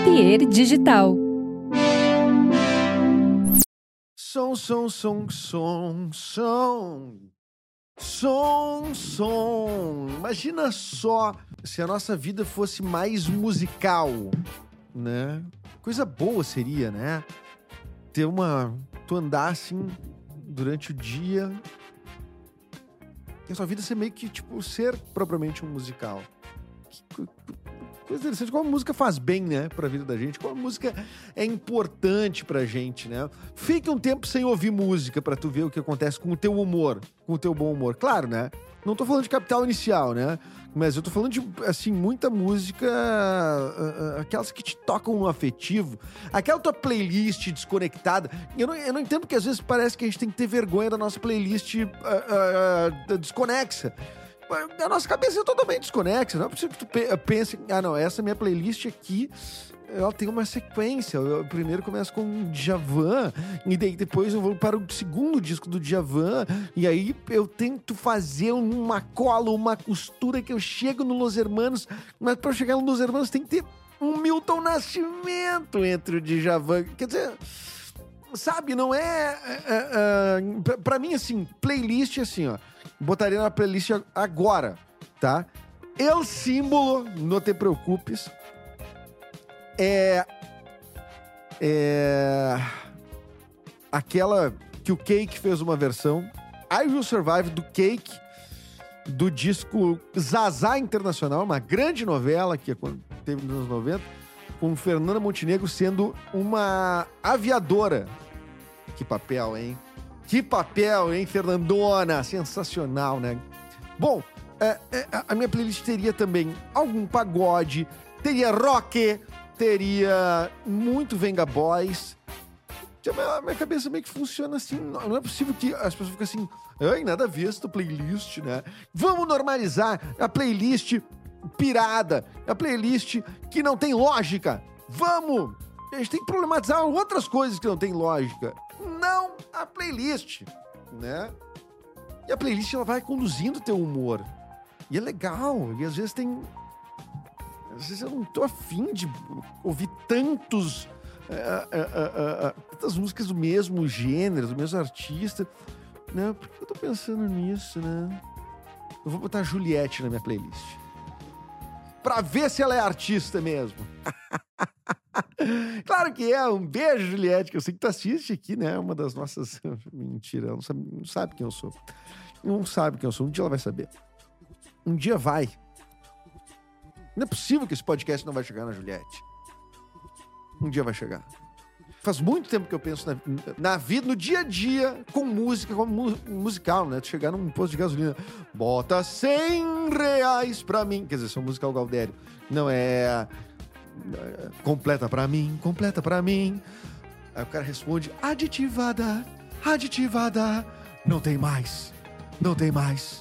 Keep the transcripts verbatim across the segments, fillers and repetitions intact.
Pier Digital. Som, som, som, som, som. Som, som. Imagina só se a nossa vida fosse mais musical, né? Coisa boa seria, né? Ter uma... Tu andar assim durante o dia e a sua vida ser meio que, tipo, ser propriamente um musical. Que coisa interessante, como a música faz bem, né, pra vida da gente, como a música é importante pra gente, né? Fique um tempo sem ouvir música pra tu ver o que acontece com o teu humor, com o teu bom humor. Claro, né? Não tô falando de Capital Inicial, né? Mas eu tô falando de, assim, muita música, uh, uh, aquelas que te tocam no afetivo, aquela tua playlist desconectada. Eu não, eu não entendo que às vezes parece que a gente tem que ter vergonha da nossa playlist uh, uh, uh, desconexa. A nossa cabeça é totalmente desconexa. Não é possível que tu pense, ah não, essa minha playlist aqui, ela tem uma sequência. Eu primeiro começo com Djavan, e daí depois eu vou para o segundo disco do Djavan, e aí eu tento fazer uma cola, uma costura que eu chego no Los Hermanos, mas para chegar no Los Hermanos tem que ter um Milton Nascimento entre o Djavan. Quer dizer, sabe, não é... é, é, é pra, pra mim, assim, playlist assim, ó, botaria na playlist agora, tá? El Símbolo, Não Te Preocupes. É... É... Aquela que o Cake fez uma versão. I Will Survive, do Cake, do disco Zazá Internacional, uma grande novela que teve nos anos noventa, com Fernanda Montenegro sendo uma aviadora. Que papel, hein? Que papel, hein, Fernandona? Sensacional, né? Bom, é, é, a minha playlist teria também algum pagode, teria rock, teria muito Venga Boys. A minha, a minha cabeça meio que funciona assim. Não, não é possível que as pessoas fiquem assim, ai, nada a ver essa playlist, né? Vamos normalizar a playlist pirada, a playlist que não tem lógica. Vamos! A gente tem que problematizar outras coisas que não tem lógica. Não a playlist, né? E a playlist, ela vai conduzindo o teu humor. E é legal. E às vezes tem... Às vezes eu não tô afim de ouvir tantos... Uh, uh, uh, uh, tantas músicas do mesmo gênero, do mesmo artista. Né? Por que eu tô pensando nisso, né? Eu vou botar a Juliette na minha playlist. Pra ver se ela é artista mesmo. Claro que é. Um beijo, Juliette, que eu sei que tu assiste aqui, né? Uma das nossas... Mentira, ela não sabe, não sabe quem eu sou. Não sabe quem eu sou. Um dia ela vai saber. Um dia vai. Não é possível que esse podcast não vai chegar na Juliette. Um dia vai chegar. Faz muito tempo que eu penso na, na vida, no dia a dia, com música, com mu- musical, né? Tu chegar num posto de gasolina, bota cem reais pra mim. Quer dizer, sou musical Galdério. Não, é... é completa pra mim, completa pra mim. Aí o cara responde, aditivada, aditivada. Não tem mais, não tem mais.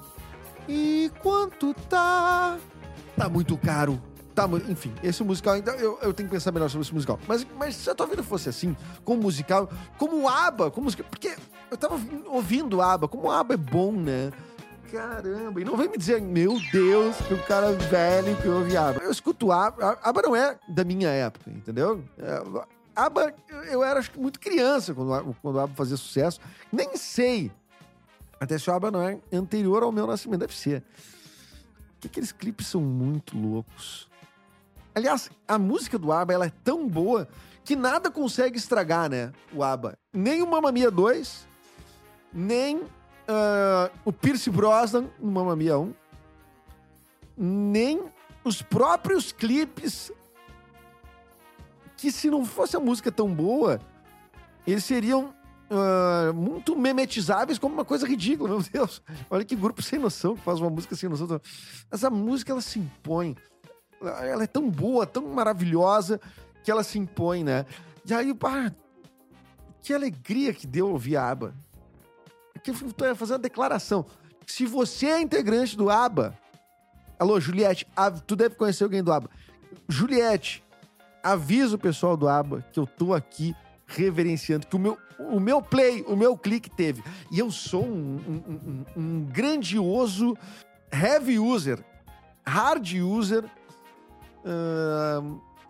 E quanto tá? Tá muito caro. Tá, enfim, esse musical ainda... Eu, eu tenho que pensar melhor sobre esse musical. Mas, mas se a tua vida fosse assim, como musical, como o ABBA, como musical... Porque eu tava ouvindo o ABBA, como o ABBA é bom, né? Caramba, e não vem me dizer, meu Deus, que o cara velho que ouve ABBA. Eu escuto ABBA, ABBA não é da minha época, entendeu? É, ABBA, eu era acho que muito criança quando, quando o ABBA fazia sucesso. Nem sei até se o ABBA não é anterior ao meu nascimento, deve ser. Porque aqueles clipes são muito loucos. Aliás, a música do ABBA, ela é tão boa que nada consegue estragar, né, o ABBA. Nem o Mamma Mia dois, nem uh, o Pierce Brosnan no Mamma Mia um, nem os próprios clipes, que se não fosse a música tão boa, eles seriam uh, muito memetizáveis como uma coisa ridícula, meu Deus. Olha que grupo sem noção que faz uma música sem noção. Essa música, ela se impõe. Ela é tão boa, tão maravilhosa, que ela se impõe, né? E aí, pá, que alegria que deu ouvir a ABBA. Aqui eu tô fazendo uma declaração. Se você é integrante do ABBA... Alô, Juliette, tu deve conhecer alguém do ABBA. Juliette, avisa o pessoal do ABBA que eu tô aqui reverenciando, que o meu, o meu play, o meu clique teve. E eu sou um, um, um, um grandioso heavy user, hard user... Uh,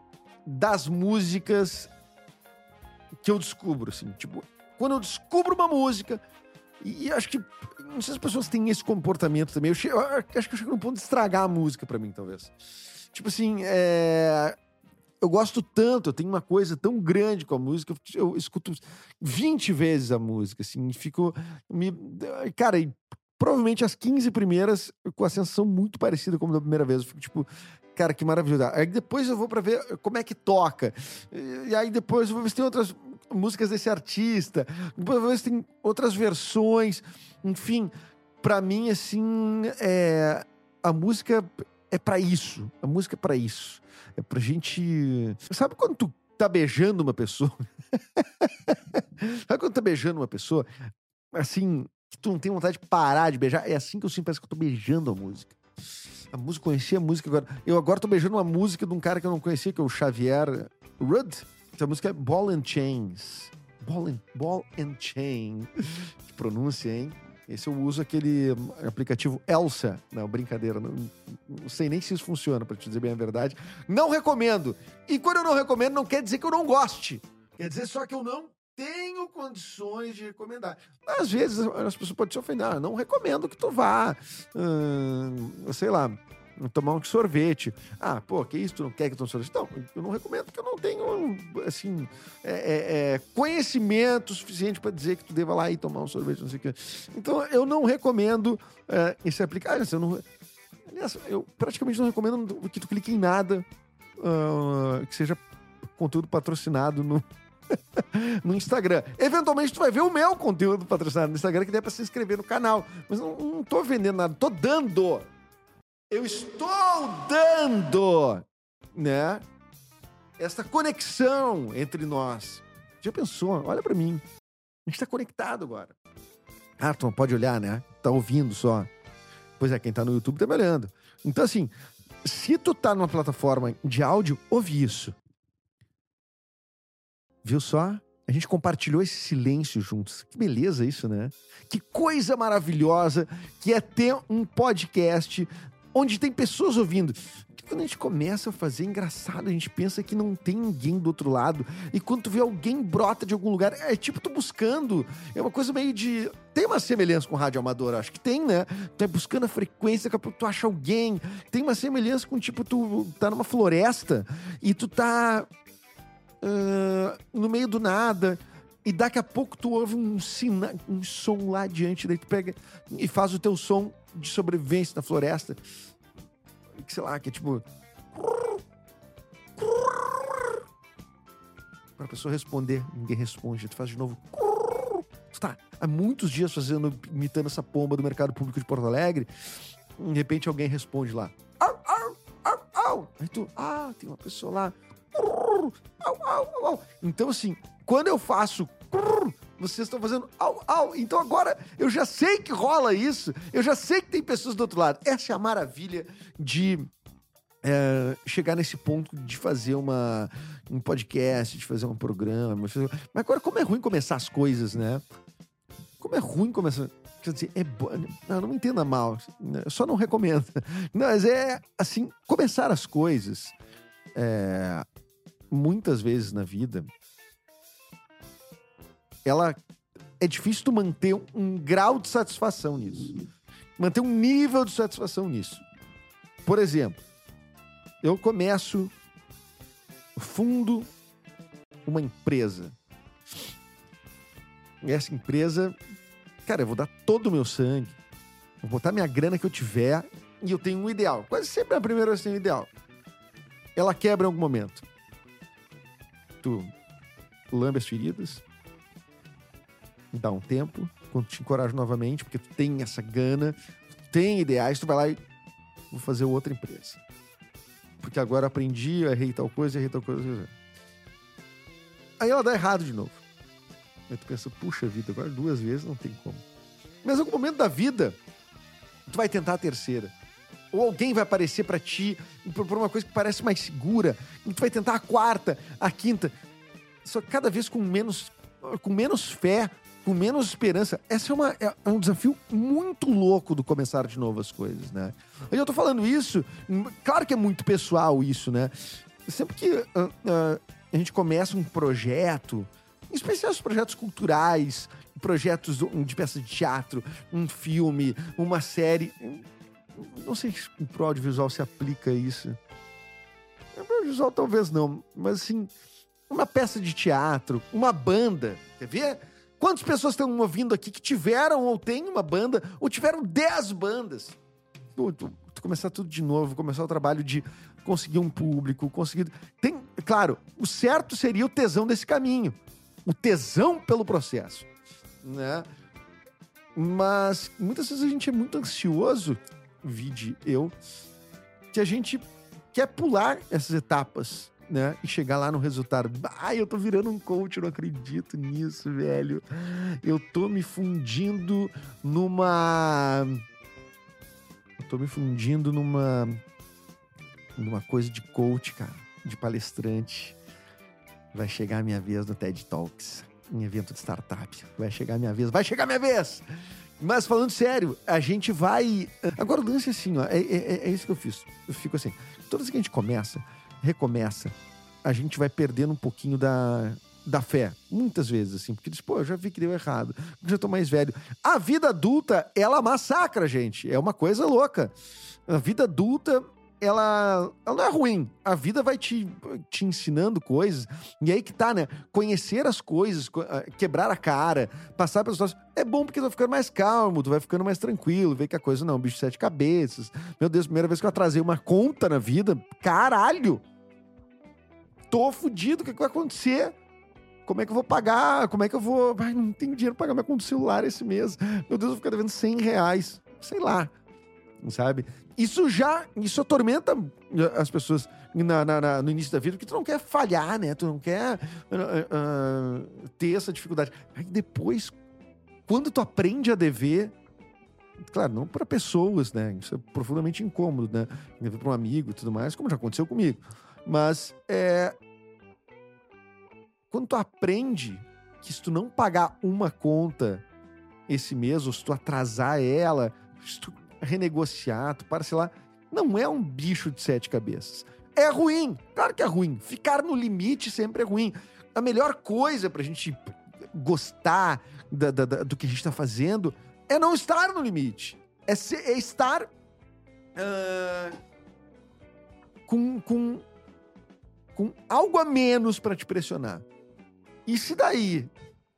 das músicas que eu descubro, assim. Tipo, quando eu descubro uma música, e, e acho que, não sei se as pessoas têm esse comportamento também, eu, che, eu acho que eu chego no ponto de estragar a música pra mim, talvez. Tipo assim, é... eu gosto tanto, eu tenho uma coisa tão grande com a música, eu escuto vinte vezes a música, assim, e fico... Me... Cara, e provavelmente as quinze primeiras, com a sensação muito parecida como da primeira vez, eu fico tipo... Cara, que maravilhoso. Aí depois eu vou pra ver como é que toca. E aí depois eu vou ver se tem outras músicas desse artista. Depois eu vou ver se tem outras versões. Enfim, pra mim, assim, é... a música é pra isso. A música é pra isso. É pra gente... Sabe quando tu tá beijando uma pessoa? Sabe quando tu tá beijando uma pessoa? Assim, que tu não tem vontade de parar de beijar? É assim que eu sinto, parece que eu tô beijando a música. A música, conhecia a música agora. Eu agora tô beijando uma música de um cara que eu não conhecia, que é o Xavier Rudd. Essa música é Ball and Chains. Ball and, Ball and Chain. Que pronúncia, hein? Esse eu uso aquele aplicativo Elsa. Não, brincadeira. Não, não sei nem se isso funciona, pra te dizer bem a verdade. Não recomendo. E quando eu não recomendo, não quer dizer que eu não goste. Quer dizer só que eu não tenho condições de recomendar. Às vezes as pessoas podem se ofender. Ah, não recomendo que tu vá, hum, sei lá, tomar um sorvete. Ah, pô, que isso? Tu não quer que eu tome sorvete? Não, eu não recomendo porque eu não tenho, assim, é, é, é, conhecimento suficiente para dizer que tu deva lá e tomar um sorvete, não sei o quê. Então, eu não recomendo é, esse aplicativo. Eu não, aliás, eu praticamente não recomendo que tu clique em nada uh, que seja conteúdo patrocinado no no Instagram. Eventualmente tu vai ver o meu conteúdo patrocinado no Instagram, que dá pra se inscrever no canal. Mas não, não tô vendendo nada, tô dando. Eu estou dando, né? Essa conexão entre nós. Já pensou? Olha pra mim. A gente tá conectado agora. Ah, tu não pode olhar, né? Tá ouvindo só. Pois é, quem tá no YouTube tá me olhando. Então, assim, se tu tá numa plataforma de áudio, ouve isso. Viu só? A gente compartilhou esse silêncio juntos. Que beleza isso, né? Que coisa maravilhosa que é ter um podcast onde tem pessoas ouvindo. Quando a gente começa a fazer, é engraçado, a gente pensa que não tem ninguém do outro lado. E quando tu vê alguém brota de algum lugar, é tipo tu buscando. É uma coisa meio de... Tem uma semelhança com rádio amador, acho que tem, né? Tu é buscando a frequência, daqui a pouco tu acha alguém. Tem uma semelhança com, tipo, tu tá numa floresta e tu tá... Uh, no meio do nada, e daqui a pouco tu ouve um, sina, um som lá adiante, daí tu pega e faz o teu som de sobrevivência na floresta, que sei lá, que é tipo... Pra pessoa responder, ninguém responde, tu faz de novo... Tu tá há muitos dias fazendo, imitando essa pomba do Mercado Público de Porto Alegre, de repente alguém responde lá... Au, au, au, au. Aí tu, ah, tem uma pessoa lá... Au, au, au. Então, assim, quando eu faço, vocês estão fazendo au, au. Então agora eu já sei que rola isso, eu já sei que tem pessoas do outro lado. Essa é a maravilha de é, chegar nesse ponto de fazer uma, um podcast, de fazer um programa. Mas agora, como é ruim começar as coisas, né? Como é ruim começar... Quer dizer, é bom... Não, não me entenda mal, eu só não recomendo. Não, mas é, assim, começar as coisas... É... muitas vezes na vida, ela é difícil tu manter um grau de satisfação nisso. Manter um nível de satisfação nisso. Por exemplo, eu começo, fundo uma empresa. E essa empresa, cara, eu vou dar todo o meu sangue, vou botar minha grana que eu tiver e eu tenho um ideal. Quase sempre a primeira vez tem um ideal. Ela quebra em algum momento. Tu lambe as feridas, dá um tempo, quando te encoraja novamente, porque tu tem essa gana, tu tem ideais, tu vai lá e vou fazer outra empresa. Porque agora aprendi, eu errei tal coisa, errei tal coisa. Aí ela dá errado de novo. Aí tu pensa, puxa vida, agora duas vezes não tem como. Mas em algum momento da vida, tu vai tentar a terceira. Ou alguém vai aparecer pra ti por uma coisa que parece mais segura, e tu vai tentar a quarta, a quinta, só que cada vez com menos, com menos fé, com menos esperança. Esse é, uma, é um desafio muito louco do começar de novo as coisas, né? E eu tô falando isso, claro que é muito pessoal isso, né? sempre que uh, uh, a gente começa um projeto, em especial os projetos culturais, projetos de peça de teatro, um filme, uma série... Não sei se pro audiovisual se aplica isso. Pro audiovisual talvez não, mas assim, uma peça de teatro, uma banda, quer ver? Quantas pessoas estão ouvindo aqui que tiveram ou têm uma banda, ou tiveram dez bandas? Tu, tu, tu começar tudo de novo, começar o trabalho de conseguir um público, conseguir... Tem, claro, o certo seria o tesão desse caminho. O tesão pelo processo, né? Mas muitas vezes a gente é muito ansioso, vide eu, que a gente quer pular essas etapas, né? E chegar lá no resultado. Ah, eu tô virando um coach, eu não acredito nisso, velho. Eu tô me fundindo numa... Eu tô me fundindo numa... numa coisa de coach, cara. De palestrante. Vai chegar a minha vez no TED Talks. Em evento de startup. Vai chegar a minha vez. Vai chegar a minha vez! Mas falando sério, a gente vai... Agora o lance é assim, ó. É, é, é isso que eu fiz. Eu fico assim. Toda vez que a gente começa, recomeça, a gente vai perdendo um pouquinho da, da fé. Muitas vezes, assim. Porque diz, pô, eu já vi que deu errado. Eu já tô mais velho. A vida adulta, ela massacra, gente. É uma coisa louca. A vida adulta... Ela, ela não é ruim. A vida vai te, te ensinando coisas. E aí que tá, né? Conhecer as coisas, quebrar a cara, passar pelas situações. É bom porque tu vai ficando mais calmo, tu vai ficando mais tranquilo, ver que a coisa não é um bicho de sete cabeças. Meu Deus, primeira vez que eu atrasei uma conta na vida, caralho! Tô fudido, o que, que vai acontecer? Como é que eu vou pagar? Como é que eu vou... Ai, não tenho dinheiro pra pagar minha conta do celular esse mês. Meu Deus, eu vou ficar devendo cem reais. Sei lá. Sabe? Isso já, isso atormenta as pessoas na, na, na, no início da vida, porque tu não quer falhar, né? Tu não quer uh, uh, ter essa dificuldade. Aí depois, quando tu aprende a dever, claro, não para pessoas, né? Isso é profundamente incômodo, né? Dever para um amigo e tudo mais, como já aconteceu comigo. Mas, é... quando tu aprende que se tu não pagar uma conta esse mês, ou se tu atrasar ela, se tu renegociar, tu parcelar, não é um bicho de sete cabeças. É ruim, claro que é ruim. Ficar no limite sempre é ruim. A melhor coisa pra gente gostar da, da, da, do que a gente tá fazendo é não estar no limite. É, ser, é estar uh, com, com, com algo a menos pra te pressionar. E se daí,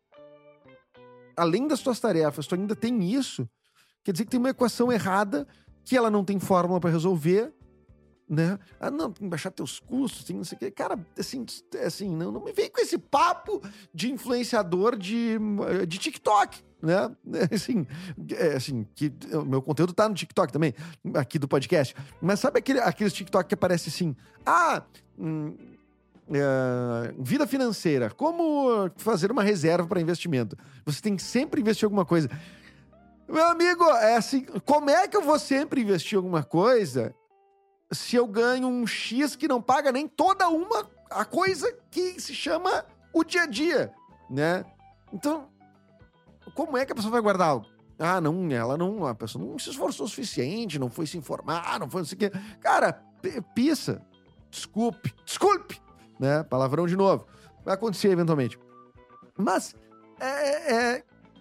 além das tuas tarefas, tu ainda tem isso, quer dizer que tem uma equação errada, que ela não tem fórmula para resolver, né? Ah, não, tem que baixar teus custos, tem não sei o quê. Cara, assim, assim não, não me vem com esse papo de influenciador de, de TikTok, né? Assim, é, assim, que o meu conteúdo tá no TikTok também, aqui do podcast. Mas sabe aquele, aqueles TikTok que aparece assim, ah... Hum, É, vida financeira, como fazer uma reserva para investimento? Você tem que sempre investir em alguma coisa. Meu amigo, é assim, como é que eu vou sempre investir em alguma coisa se eu ganho um X que não paga nem toda uma a coisa que se chama o dia a dia, né? Então, como é que a pessoa vai guardar algo? Ah, não, ela não, a pessoa não se esforçou o suficiente, não foi se informar, não foi não sei o quê. Cara, pissa, desculpe, desculpe, né? Palavrão de novo. Vai acontecer eventualmente. Mas, é... é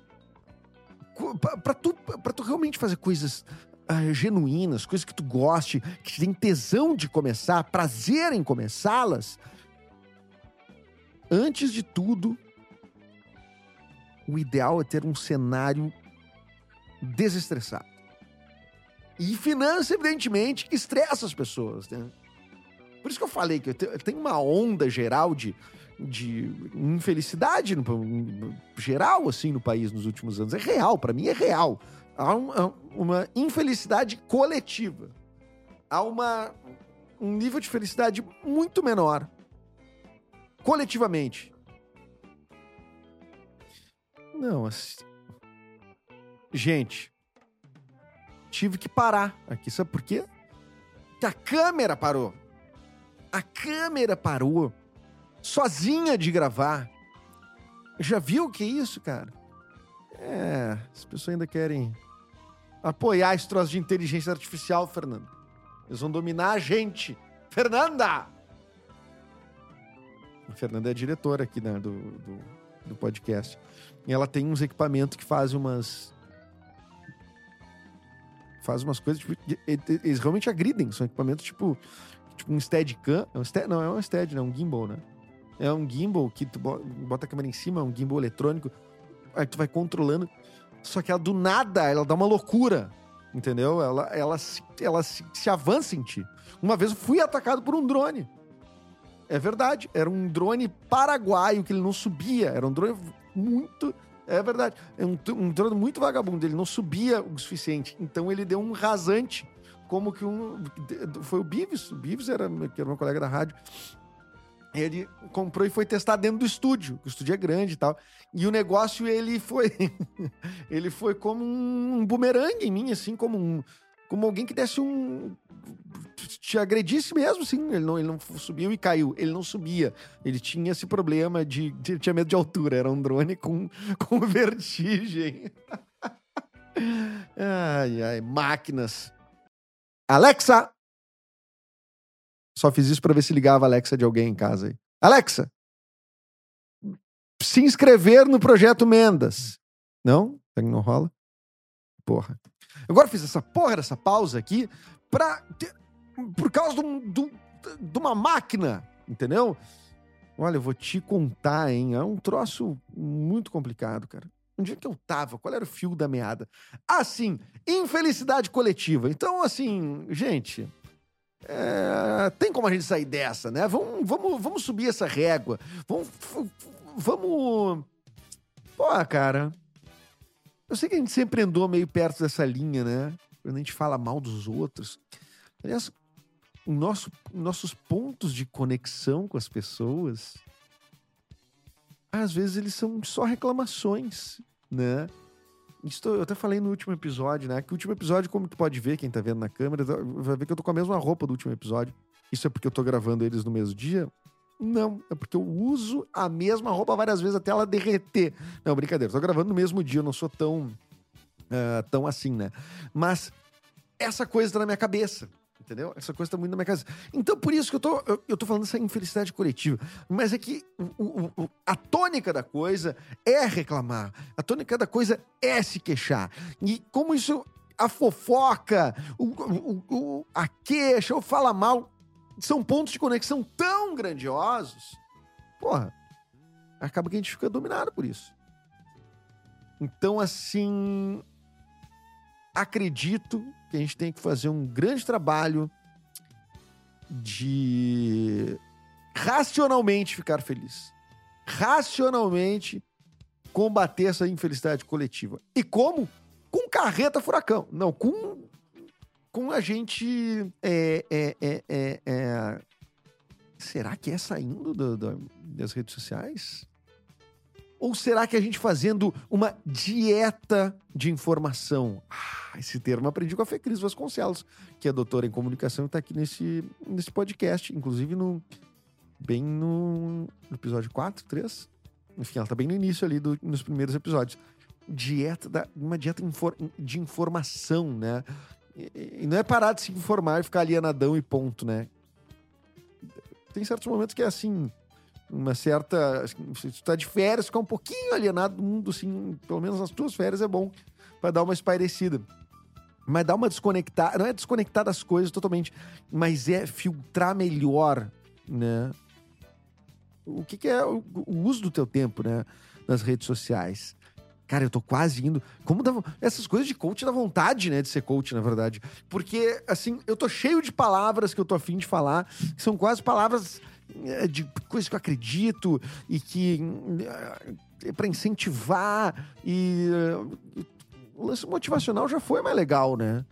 pra tu, pra tu realmente fazer coisas uh, genuínas, coisas que tu goste, que te tem tesão de começar, prazer em começá-las, antes de tudo, o ideal é ter um cenário desestressado. E finança, evidentemente, que estressa as pessoas, né? Por isso que eu falei que eu tenho uma onda geral de, de infelicidade no, geral, assim, no país nos últimos anos. É real, pra mim é real. Há uma, uma infelicidade coletiva. Há uma, um nível de felicidade muito menor. Coletivamente. Não, assim... Gente, tive que parar aqui. Sabe por quê? Porque a câmera parou. A câmera parou sozinha de gravar. Já viu o que é isso, cara? É, as pessoas ainda querem apoiar esse troço de inteligência artificial, Fernando. Eles vão dominar a gente. Fernanda! A Fernanda é a diretora aqui, né, do, do, do podcast. E ela tem uns equipamentos que fazem umas... Faz umas coisas, tipo, eles realmente agridem. São equipamentos tipo, tipo um Steadicam. É um stead, não, é um Stead, né? Um gimbal, né? É um gimbal que tu bota a câmera em cima, é um gimbal eletrônico. Aí tu vai controlando. Só que ela, do nada, ela dá uma loucura. Entendeu? Ela, ela, se, ela se, se avança em ti. Uma vez eu fui atacado por um drone. É verdade. Era um drone paraguaio que ele não subia. Era um drone muito... É verdade. É um, um drone muito vagabundo. Ele não subia o suficiente. Então ele deu um rasante. Como que um... Foi o Bives. O Bives era, que era meu colega da rádio. Ele comprou e foi testar dentro do estúdio. O estúdio é grande e tal. E o negócio, ele foi... ele foi como um bumerangue em mim, assim, como um... Como alguém que desse um... Te agredisse mesmo, assim. Ele não, ele não subiu e caiu. Ele não subia. Ele tinha esse problema de... de ele tinha medo de altura. Era um drone com, com vertigem. Ai, ai. Máquinas. Alexa! Só fiz isso pra ver se ligava a Alexa de alguém em casa aí. Alexa! Se inscrever no Projeto Mendas. Não? Não rola? Porra. Agora fiz essa porra dessa pausa aqui pra... Ter, por causa de uma máquina, entendeu? Olha, eu vou te contar, hein? É um troço muito complicado, cara. Onde é que eu tava? Qual era o fio da meada? Assim, infelicidade coletiva. Então, assim, gente... É, tem como a gente sair dessa, né? Vamos, vamos, vamos subir essa régua. Vamos... Vamos... Pô, cara... Eu sei que a gente sempre andou meio perto dessa linha, né? Quando a gente fala mal dos outros. Aliás, o nosso, nossos pontos de conexão com as pessoas, às vezes eles são só reclamações, né? Isso eu até falei no último episódio, né? Que o último episódio, como tu pode ver, quem tá vendo na câmera, vai ver que eu tô com a mesma roupa do último episódio. Isso é porque eu tô gravando eles no mesmo dia? Não, é porque eu uso a mesma roupa várias vezes até ela derreter. Não, brincadeira, tô gravando no mesmo dia, eu não sou tão, uh, tão assim, né? Mas essa coisa tá na minha cabeça, entendeu? Essa coisa tá muito na minha cabeça. Então, por isso que eu tô, eu, eu tô falando dessa infelicidade coletiva. Mas é que o, o, a tônica da coisa é reclamar. A tônica da coisa é se queixar. E como isso, a fofoca, o, o, o, a queixa, o fala mal... São pontos de conexão tão grandiosos. Porra, acaba que a gente fica dominado por isso. Então, assim, acredito que a gente tem que fazer um grande trabalho de racionalmente ficar feliz. Racionalmente combater essa infelicidade coletiva. E como? Com carreta furacão. Não, com... Com a gente... É, é, é, é, é... Será que é saindo do, do, das redes sociais? Ou será que a gente fazendo uma dieta de informação? Ah, esse termo eu aprendi com a Fê Cris Vasconcelos, que é doutora em comunicação e está aqui nesse, nesse podcast. Inclusive, no, bem no, no episódio quatro, três. Enfim, ela está bem no início ali do, nos primeiros episódios. Dieta da, uma dieta infor, de informação, né? E não é parar de se informar e ficar alienadão e ponto, né? Tem certos momentos que é assim, uma certa... Se tu tá de férias, ficar um pouquinho alienado do mundo, assim, pelo menos nas tuas férias é bom, pra dar uma espairecida. Mas dar uma desconectada... Não é desconectar das coisas totalmente, mas é filtrar melhor, né? O que, que é o, o uso do teu tempo, né? Nas redes sociais. Cara, eu tô quase indo... Como dá... Essas coisas de coach dá vontade, né? De ser coach, na verdade. Porque, assim, eu tô cheio de palavras que eu tô afim de falar. Que são quase palavras de coisas que eu acredito. E que... É pra incentivar. E... O lance motivacional já foi mais legal, né?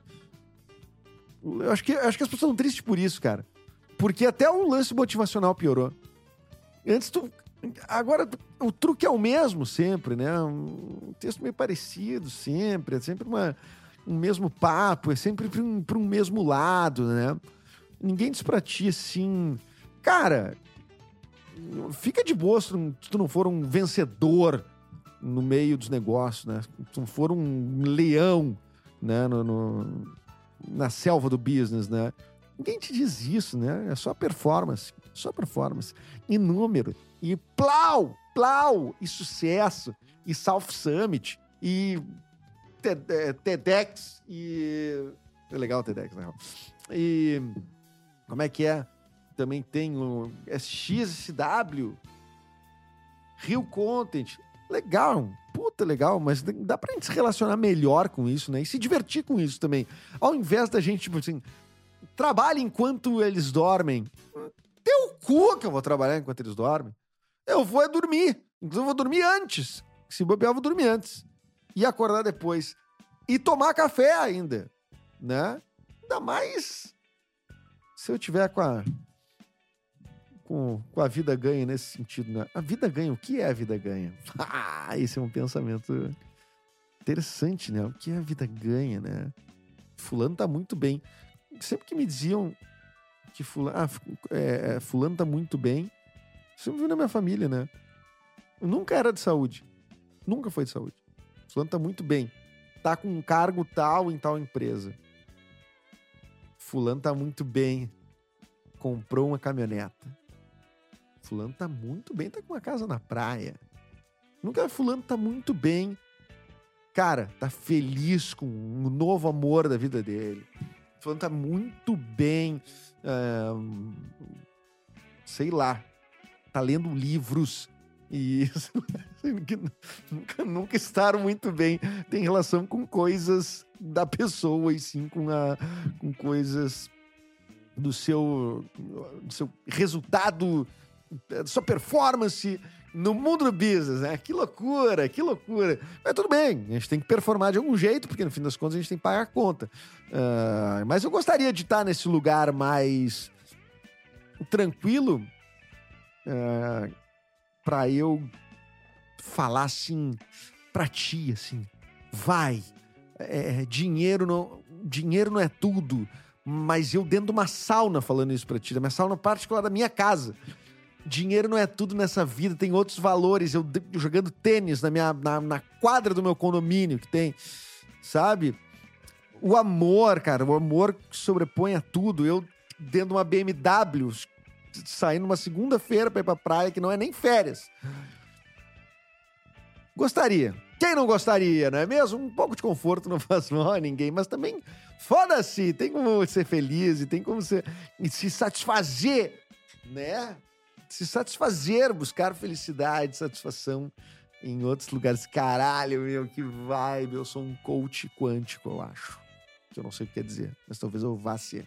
Eu acho que, eu acho que as pessoas estão tristes por isso, cara. Porque até o lance motivacional piorou. Antes tu... Agora, o truque é o mesmo sempre, né? Um texto meio parecido sempre, é sempre uma, um mesmo papo, é sempre para um, para um mesmo lado, né? Ninguém diz pra ti assim... Cara, fica de boa se tu, tu não for um vencedor no meio dos negócios, né? Se tu não for um leão, né? No, no, na selva do business, né? Ninguém te diz isso, né? É só performance. Só performance. E número. E plau, plau. E sucesso. E South Summit. E TEDx. E... É legal o TEDx, na real. E... Como é que é? Também tem o X S W. Rio Content. Legal. Puta, legal. Mas dá pra gente se relacionar melhor com isso, né? E se divertir com isso também. Ao invés da gente, tipo assim... Trabalhe enquanto eles dormem. Teu cu que eu vou trabalhar enquanto eles dormem. Eu vou é dormir. Então eu vou dormir antes. Se bobear, eu vou dormir antes. E acordar depois. E tomar café ainda. Né? Ainda mais se eu tiver com a... Com, com a vida ganha nesse sentido, né? A vida ganha. O que é a vida ganha? Ah, esse é um pensamento interessante, né? O que é a vida ganha, né? Fulano tá muito bem. Sempre que me diziam que fulano, ah, é, fulano tá muito bem, sempre vi na minha família, né? Eu nunca era de saúde. Nunca foi de saúde. Fulano tá muito bem. Tá com um cargo tal em tal empresa. Fulano tá muito bem. Comprou uma caminhoneta. Fulano tá muito bem, tá com uma casa na praia. Nunca fulano tá muito bem. Cara, tá feliz com um novo amor da vida dele. Fulano tá muito bem, uh, sei lá, tá lendo livros e nunca, nunca estar muito bem tem relação com coisas da pessoa e sim com, a, com coisas do seu, do seu resultado, da sua performance no mundo do business, né? Que loucura, que loucura. Mas tudo bem, a gente tem que performar de algum jeito, porque no fim das contas a gente tem que pagar a conta. Uh, mas eu gostaria de estar nesse lugar mais tranquilo uh, pra eu falar assim pra ti, assim, vai, é, dinheiro, não, dinheiro não é tudo, mas eu dentro de uma sauna falando isso pra ti, da minha sauna particular da minha casa. Dinheiro não é tudo nessa vida, tem outros valores. Eu, eu jogando tênis na, minha, na, na quadra do meu condomínio que tem, sabe? O amor, cara, o amor que sobrepõe a tudo. Eu dentro de uma B M W, saindo uma segunda-feira pra ir pra praia, que não é nem férias. Gostaria. Quem não gostaria, não é mesmo? Um pouco de conforto não faz mal a ninguém, mas também, foda-se, tem como ser feliz e tem como ser, se satisfazer, né? Se satisfazer, buscar felicidade, satisfação em outros lugares. Caralho, meu, que vibe. Eu sou um coach quântico, eu acho. Que eu não sei o que quer dizer, mas talvez eu vá ser.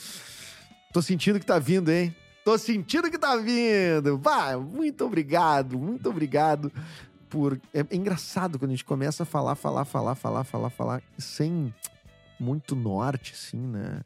Tô sentindo que tá vindo, hein? Tô sentindo que tá vindo. Vai, muito obrigado, muito obrigado por... É, é engraçado quando a gente começa a falar, falar, falar, falar, falar, falar, sem muito norte, assim, né?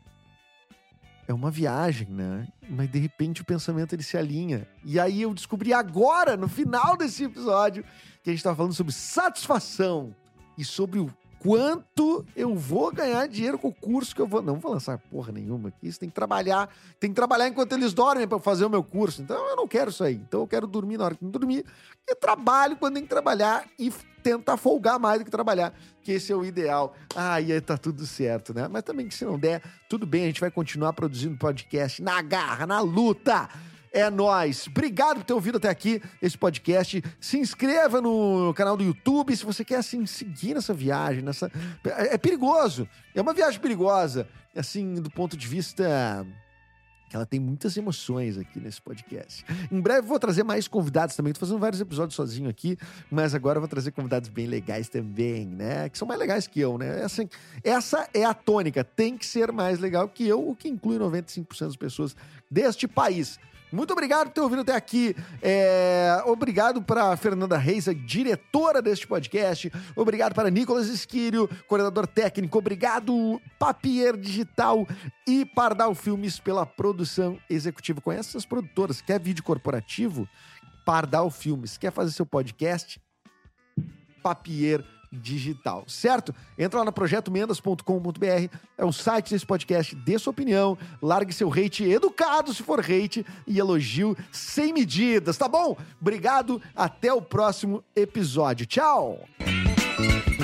É uma viagem, né? Mas de repente o pensamento ele se alinha. E aí eu descobri agora, no final desse episódio, que a gente tá falando sobre satisfação e sobre o quanto eu vou ganhar dinheiro com o curso que eu vou... Não vou lançar porra nenhuma aqui. Isso tem que trabalhar. Tem que trabalhar enquanto eles dormem pra eu fazer o meu curso. Então eu não quero isso aí. Então eu quero dormir na hora que não dormir. E trabalho quando tem que trabalhar e tentar folgar mais do que trabalhar, que esse é o ideal. Ah, aí tá tudo certo, né? Mas também que se não der, tudo bem, a gente vai continuar produzindo podcast na garra, na luta. É nóis. Obrigado por ter ouvido até aqui esse podcast. Se inscreva no canal do YouTube se você quer, assim, seguir nessa viagem, nessa... É perigoso. É uma viagem perigosa, assim, do ponto de vista... que ela tem muitas emoções aqui nesse podcast. Em breve vou trazer mais convidados também. Tô fazendo vários episódios sozinho aqui, mas agora eu vou trazer convidados bem legais também, né? Que são mais legais que eu, né? Essa, essa é a tônica. Tem que ser mais legal que eu, o que inclui noventa e cinco por cento das pessoas deste país. Muito obrigado por ter ouvido até aqui. É... Obrigado para Fernanda Reis, a diretora deste podcast. Obrigado para Nicolas Esquírio, coordenador técnico. Obrigado, Papier Digital e Pardal Filmes pela produção executiva. Conhece essas produtoras? Quer vídeo corporativo? Pardal Filmes. Quer fazer seu podcast? Papier Digital, certo? Entra lá no projeto mendas ponto com ponto b r, é o site desse podcast, dê sua opinião, largue seu hate educado se for hate e elogio sem medidas, tá bom? Obrigado, até o próximo episódio. Tchau!